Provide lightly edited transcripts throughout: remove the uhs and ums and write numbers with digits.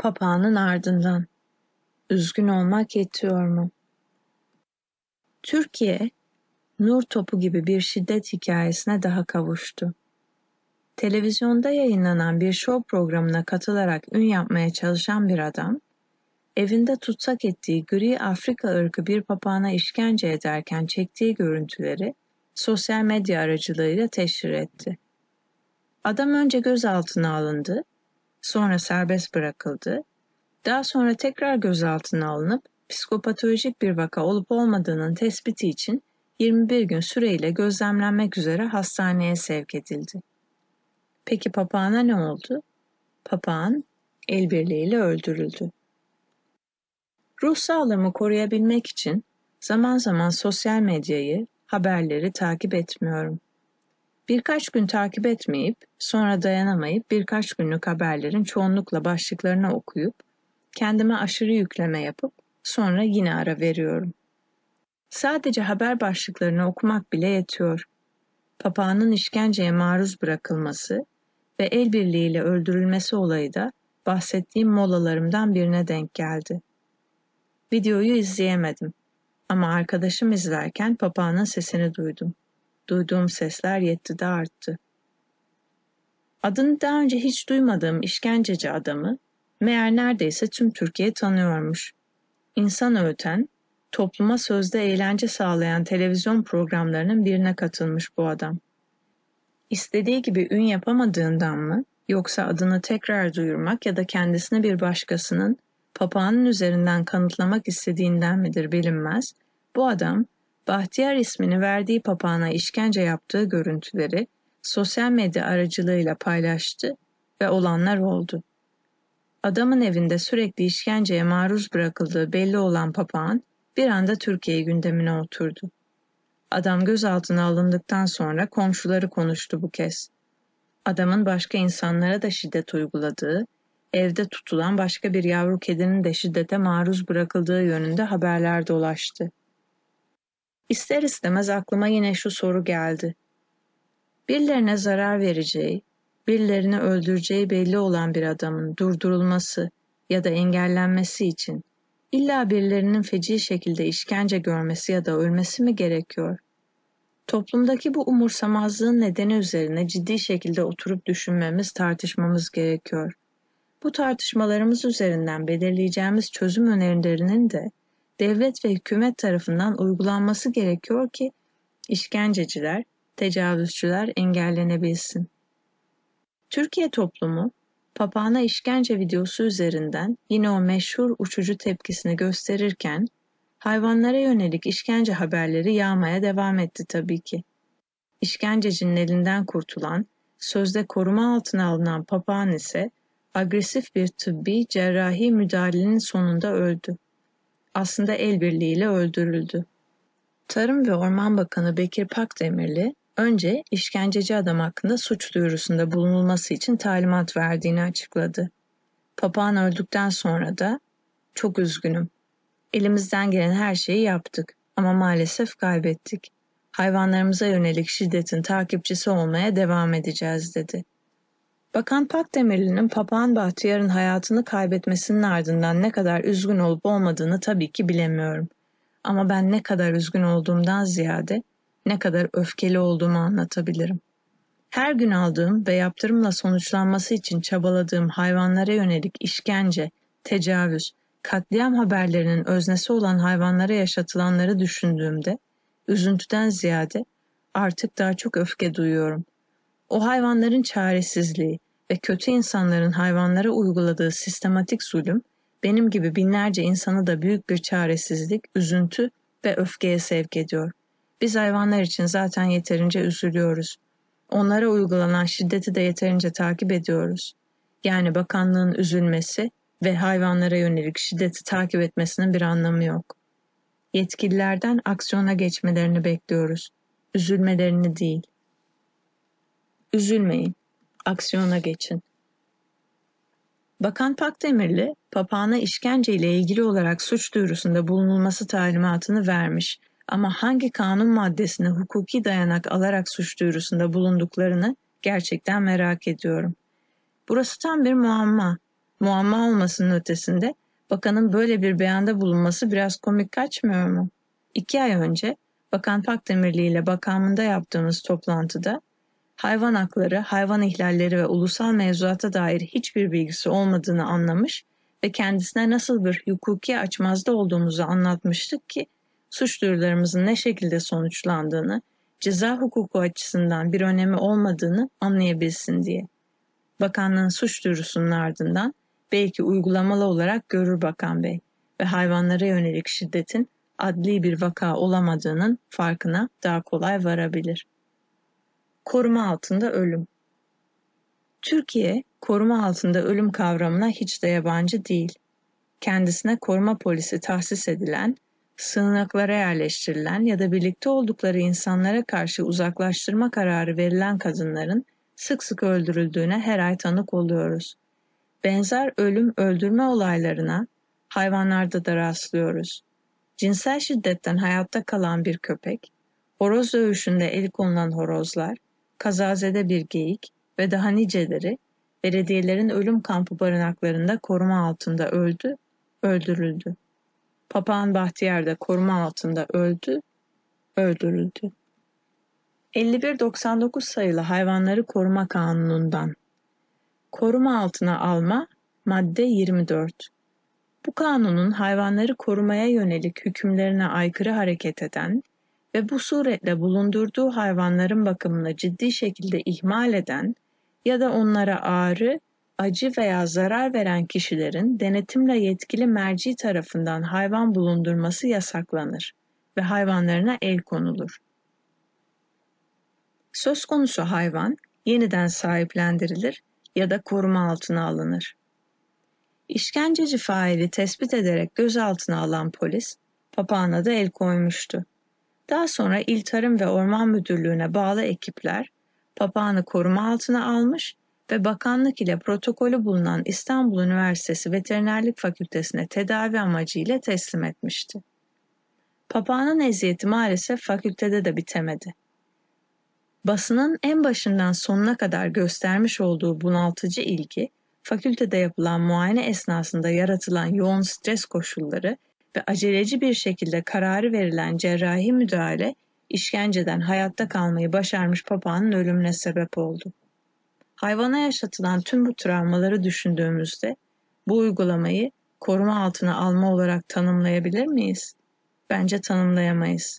Papağanın ardından. Üzgün olmak yetiyor mu? Türkiye, nur topu gibi bir şiddet hikayesine daha kavuştu. Televizyonda yayınlanan bir şov programına katılarak ün yapmaya çalışan bir adam, evinde tutsak ettiği gri Afrika ırkı bir papağana işkence ederken çektiği görüntüleri sosyal medya aracılığıyla teşhir etti. Adam önce gözaltına alındı, sonra serbest bırakıldı, daha sonra tekrar gözaltına alınıp psikopatolojik bir vaka olup olmadığının tespiti için 21 gün süreyle gözlemlenmek üzere hastaneye sevk edildi. Peki papağana ne oldu? Papağan el birliğiyle öldürüldü. Ruh sağlığımı koruyabilmek için zaman zaman sosyal medyayı, haberleri takip etmiyorum. Birkaç gün takip etmeyip, sonra dayanamayıp birkaç günlük haberlerin çoğunlukla başlıklarını okuyup, kendime aşırı yükleme yapıp sonra yine ara veriyorum. Sadece haber başlıklarını okumak bile yetiyor. Papağanın işkenceye maruz bırakılması ve el birliğiyle öldürülmesi olayı da bahsettiğim molalarımdan birine denk geldi. Videoyu izleyemedim ama arkadaşım izlerken papağanın sesini duydum. Duyduğum sesler yetti de arttı. Adını daha önce hiç duymadığım işkenceci adamı meğer neredeyse tüm Türkiye tanıyormuş. İnsan öğüten, topluma sözde eğlence sağlayan televizyon programlarının birine katılmış bu adam. İstediği gibi ün yapamadığından mı, yoksa adını tekrar duyurmak ya da kendisini bir başkasının papağanın üzerinden kanıtlamak istediğinden midir bilinmez, bu adam, Bahtiyar ismini verdiği papağana işkence yaptığı görüntüleri sosyal medya aracılığıyla paylaştı ve olanlar oldu. Adamın evinde sürekli işkenceye maruz bırakıldığı belli olan papağan bir anda Türkiye gündemine oturdu. Adam gözaltına alındıktan sonra komşuları konuştu bu kez. Adamın başka insanlara da şiddet uyguladığı, evde tutulan başka bir yavru kedinin de şiddete maruz bırakıldığı yönünde haberler dolaştı. İster istemez aklıma yine şu soru geldi. Birilerine zarar vereceği, birilerini öldüreceği belli olan bir adamın durdurulması ya da engellenmesi için illa birilerinin feci şekilde işkence görmesi ya da ölmesi mi gerekiyor? Toplumdaki bu umursamazlığın nedeni üzerine ciddi şekilde oturup düşünmemiz, tartışmamız gerekiyor. Bu tartışmalarımız üzerinden belirleyeceğimiz çözüm önerilerinin de devlet ve hükümet tarafından uygulanması gerekiyor ki işkenceciler, tecavüzcüler engellenebilsin. Türkiye toplumu, papağana işkence videosu üzerinden yine o meşhur uçucu tepkisini gösterirken, hayvanlara yönelik işkence haberleri yağmaya devam etti tabii ki. İşkencecinin elinden kurtulan, sözde koruma altına alınan papağan ise agresif bir tıbbi cerrahi müdahalenin sonunda öldü. Aslında el birliğiyle öldürüldü. Tarım ve Orman Bakanı Bekir Pakdemirli, önce işkenceci adam hakkında suç duyurusunda bulunulması için talimat verdiğini açıkladı. Papağan öldükten sonra da, "Çok üzgünüm. Elimizden gelen her şeyi yaptık ama maalesef kaybettik. Hayvanlarımıza yönelik şiddetin takipçisi olmaya devam edeceğiz," dedi. Bakan Pakdemirli'nin papağan Bahtiyar'ın hayatını kaybetmesinin ardından ne kadar üzgün olup olmadığını tabii ki bilemiyorum. Ama ben ne kadar üzgün olduğumdan ziyade ne kadar öfkeli olduğumu anlatabilirim. Her gün aldığım ve yaptırımla sonuçlanması için çabaladığım hayvanlara yönelik işkence, tecavüz, katliam haberlerinin öznesi olan hayvanlara yaşatılanları düşündüğümde üzüntüden ziyade artık daha çok öfke duyuyorum. O hayvanların çaresizliği ve kötü insanların hayvanlara uyguladığı sistematik zulüm benim gibi binlerce insanı da büyük bir çaresizlik, üzüntü ve öfkeye sevk ediyor. Biz hayvanlar için zaten yeterince üzülüyoruz. Onlara uygulanan şiddeti de yeterince takip ediyoruz. Yani bakanlığın üzülmesi ve hayvanlara yönelik şiddeti takip etmesinin bir anlamı yok. Yetkililerden aksiyona geçmelerini bekliyoruz. Üzülmelerini değil. Üzülmeyin, aksiyona geçin. Bakan Pakdemirli, papağana işkence ile ilgili olarak suç duyurusunda bulunulması talimatını vermiş ama hangi kanun maddesine hukuki dayanak alarak suç duyurusunda bulunduklarını gerçekten merak ediyorum. Burası tam bir muamma. Muamma olmasının ötesinde bakanın böyle bir beyanda bulunması biraz komik kaçmıyor mu? 2 ay önce Bakan Pakdemirli ile bakanlığında yaptığımız toplantıda hayvan hakları, hayvan ihlalleri ve ulusal mevzuata dair hiçbir bilgisi olmadığını anlamış ve kendisine nasıl bir hukuki açmazda olduğumuzu anlatmıştık ki suç duyurularımızın ne şekilde sonuçlandığını, ceza hukuku açısından bir önemi olmadığını anlayabilsin diye. Bakanlığın suç duyurusunun ardından belki uygulamalı olarak görür Bakan Bey ve hayvanlara yönelik şiddetin adli bir vaka olamadığının farkına daha kolay varabilir. Koruma altında ölüm. Türkiye, koruma altında ölüm kavramına hiç de yabancı değil. Kendisine koruma polisi tahsis edilen, sığınaklara yerleştirilen ya da birlikte oldukları insanlara karşı uzaklaştırma kararı verilen kadınların sık sık öldürüldüğüne her ay tanık oluyoruz. Benzer ölüm öldürme olaylarına hayvanlarda da rastlıyoruz. Cinsel şiddetten hayatta kalan bir köpek, horoz dövüşünde el konulan horozlar, kazazede bir geyik ve daha niceleri belediyelerin ölüm kampı barınaklarında koruma altında öldürüldü. Papağan Bahtiyar da koruma altında öldürüldü. 5199 sayılı Hayvanları Koruma Kanunu'ndan. Koruma altına alma, madde 24. Bu kanunun hayvanları korumaya yönelik hükümlerine aykırı hareket eden ve bu suretle bulundurduğu hayvanların bakımını ciddi şekilde ihmal eden ya da onlara ağrı, acı veya zarar veren kişilerin denetimle yetkili merci tarafından hayvan bulundurması yasaklanır ve hayvanlarına el konulur. Söz konusu hayvan yeniden sahiplendirilir ya da koruma altına alınır. İşkenceci faili tespit ederek gözaltına alan polis, papağana da el koymuştu. Daha sonra İl Tarım ve Orman Müdürlüğü'ne bağlı ekipler papağanı koruma altına almış ve bakanlık ile protokolü bulunan İstanbul Üniversitesi Veterinerlik Fakültesi'ne tedavi amacıyla teslim etmişti. Papağanın eziyeti maalesef fakültede de bitemedi. Basının en başından sonuna kadar göstermiş olduğu bunaltıcı ilgi, fakültede yapılan muayene esnasında yaratılan yoğun stres koşulları ve aceleci bir şekilde kararı verilen cerrahi müdahale, işkenceden hayatta kalmayı başarmış papağanın ölümüne sebep oldu. Hayvana yaşatılan tüm bu travmaları düşündüğümüzde bu uygulamayı koruma altına alma olarak tanımlayabilir miyiz? Bence tanımlayamayız.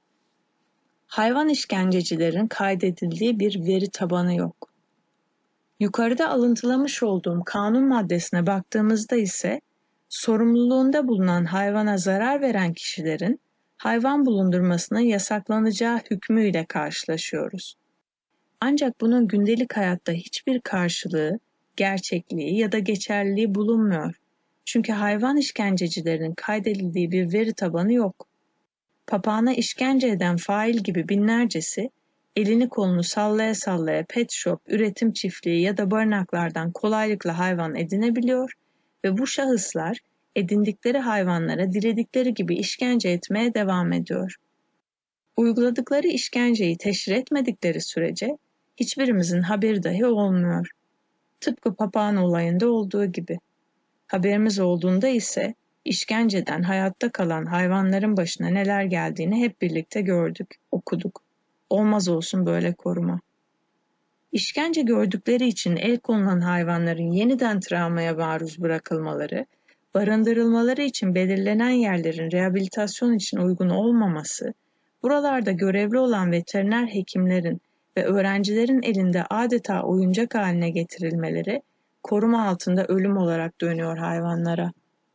Hayvan işkencecilerin kaydedildiği bir veri tabanı yok. Yukarıda alıntılamış olduğum kanun maddesine baktığımızda ise sorumluluğunda bulunan hayvana zarar veren kişilerin hayvan bulundurmasının yasaklanacağı hükmüyle karşılaşıyoruz. Ancak bunun gündelik hayatta hiçbir karşılığı, gerçekliği ya da geçerliliği bulunmuyor. Çünkü hayvan işkencecilerinin kaydedildiği bir veri tabanı yok. Papağana işkence eden fail gibi binlercesi, elini kolunu sallaya sallaya pet shop, üretim çiftliği ya da barınaklardan kolaylıkla hayvan edinebiliyor ve bu şahıslar edindikleri hayvanlara diledikleri gibi işkence etmeye devam ediyor. Uyguladıkları işkenceyi teşhir etmedikleri sürece hiçbirimizin haberi dahi olmuyor. Tıpkı papağan olayında olduğu gibi. Haberimiz olduğunda ise işkenceden hayatta kalan hayvanların başına neler geldiğini hep birlikte gördük, okuduk. Olmaz olsun böyle koruma. İşkence gördükleri için el konulan hayvanların yeniden travmaya maruz bırakılmaları, barındırılmaları için belirlenen yerlerin rehabilitasyon için uygun olmaması, buralarda görevli olan veteriner hekimlerin ve öğrencilerin elinde adeta oyuncak haline getirilmeleri, koruma altında ölüm olarak dönüyor hayvanlara.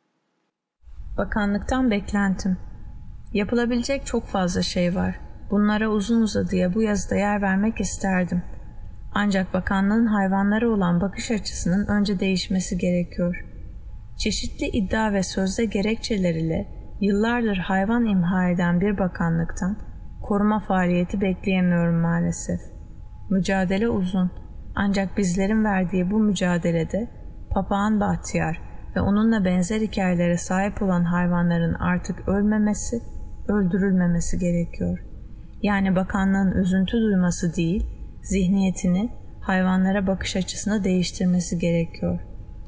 Bakanlıktan beklentim. Yapılabilecek çok fazla şey var. Bunlara uzun uzadıya bu yazıda yer vermek isterdim. Ancak bakanlığın hayvanlara olan bakış açısının önce değişmesi gerekiyor. Çeşitli iddia ve sözde gerekçeler ile yıllardır hayvan imha eden bir bakanlıktan koruma faaliyeti bekleyemiyorum maalesef. Mücadele uzun. Ancak bizlerin verdiği bu mücadelede papağan Bahtiyar ve onunla benzer hikayelere sahip olan hayvanların artık ölmemesi, öldürülmemesi gerekiyor. Yani bakanlığın üzüntü duyması değil, zihniyetini, hayvanlara bakış açısını değiştirmesi gerekiyor.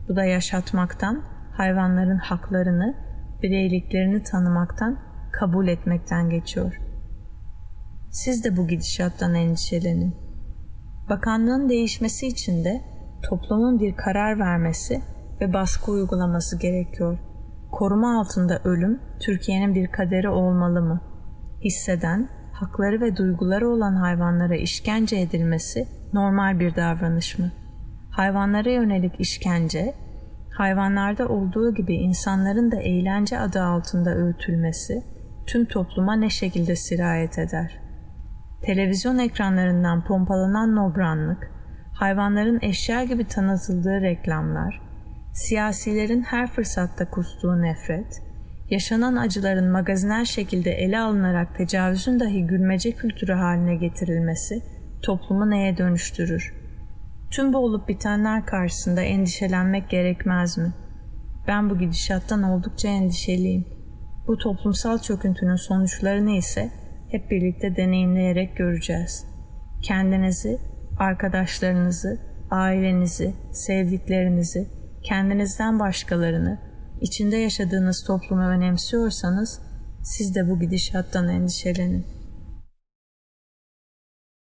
Bu da yaşatmaktan, hayvanların haklarını, bireyliklerini tanımaktan, kabul etmekten geçiyor. Siz de bu gidişattan endişelenin. Bakanlığın değişmesi için de toplumun bir karar vermesi ve baskı uygulaması gerekiyor. Koruma altında ölüm Türkiye'nin bir kaderi olmalı mı? Hisseden, hakları ve duyguları olan hayvanlara işkence edilmesi normal bir davranış mı? Hayvanlara yönelik işkence, hayvanlarda olduğu gibi insanların da eğlence adı altında öğütülmesi tüm topluma ne şekilde sirayet eder? Televizyon ekranlarından pompalanan nobranlık, hayvanların eşya gibi tanıtıldığı reklamlar, siyasilerin her fırsatta kustuğu nefret, yaşanan acıların magazinel şekilde ele alınarak tecavüzün dahi gülmece kültürü haline getirilmesi toplumu neye dönüştürür? Tüm bu olup bitenler karşısında endişelenmek gerekmez mi? Ben bu gidişattan oldukça endişeliyim. Bu toplumsal çöküntünün sonuçlarını ise hep birlikte deneyimleyerek göreceğiz. Kendinizi, arkadaşlarınızı, ailenizi, sevdiklerinizi, kendinizden başkalarını, içinde yaşadığınız toplumu önemsiyorsanız siz de bu gidişattan endişelenin.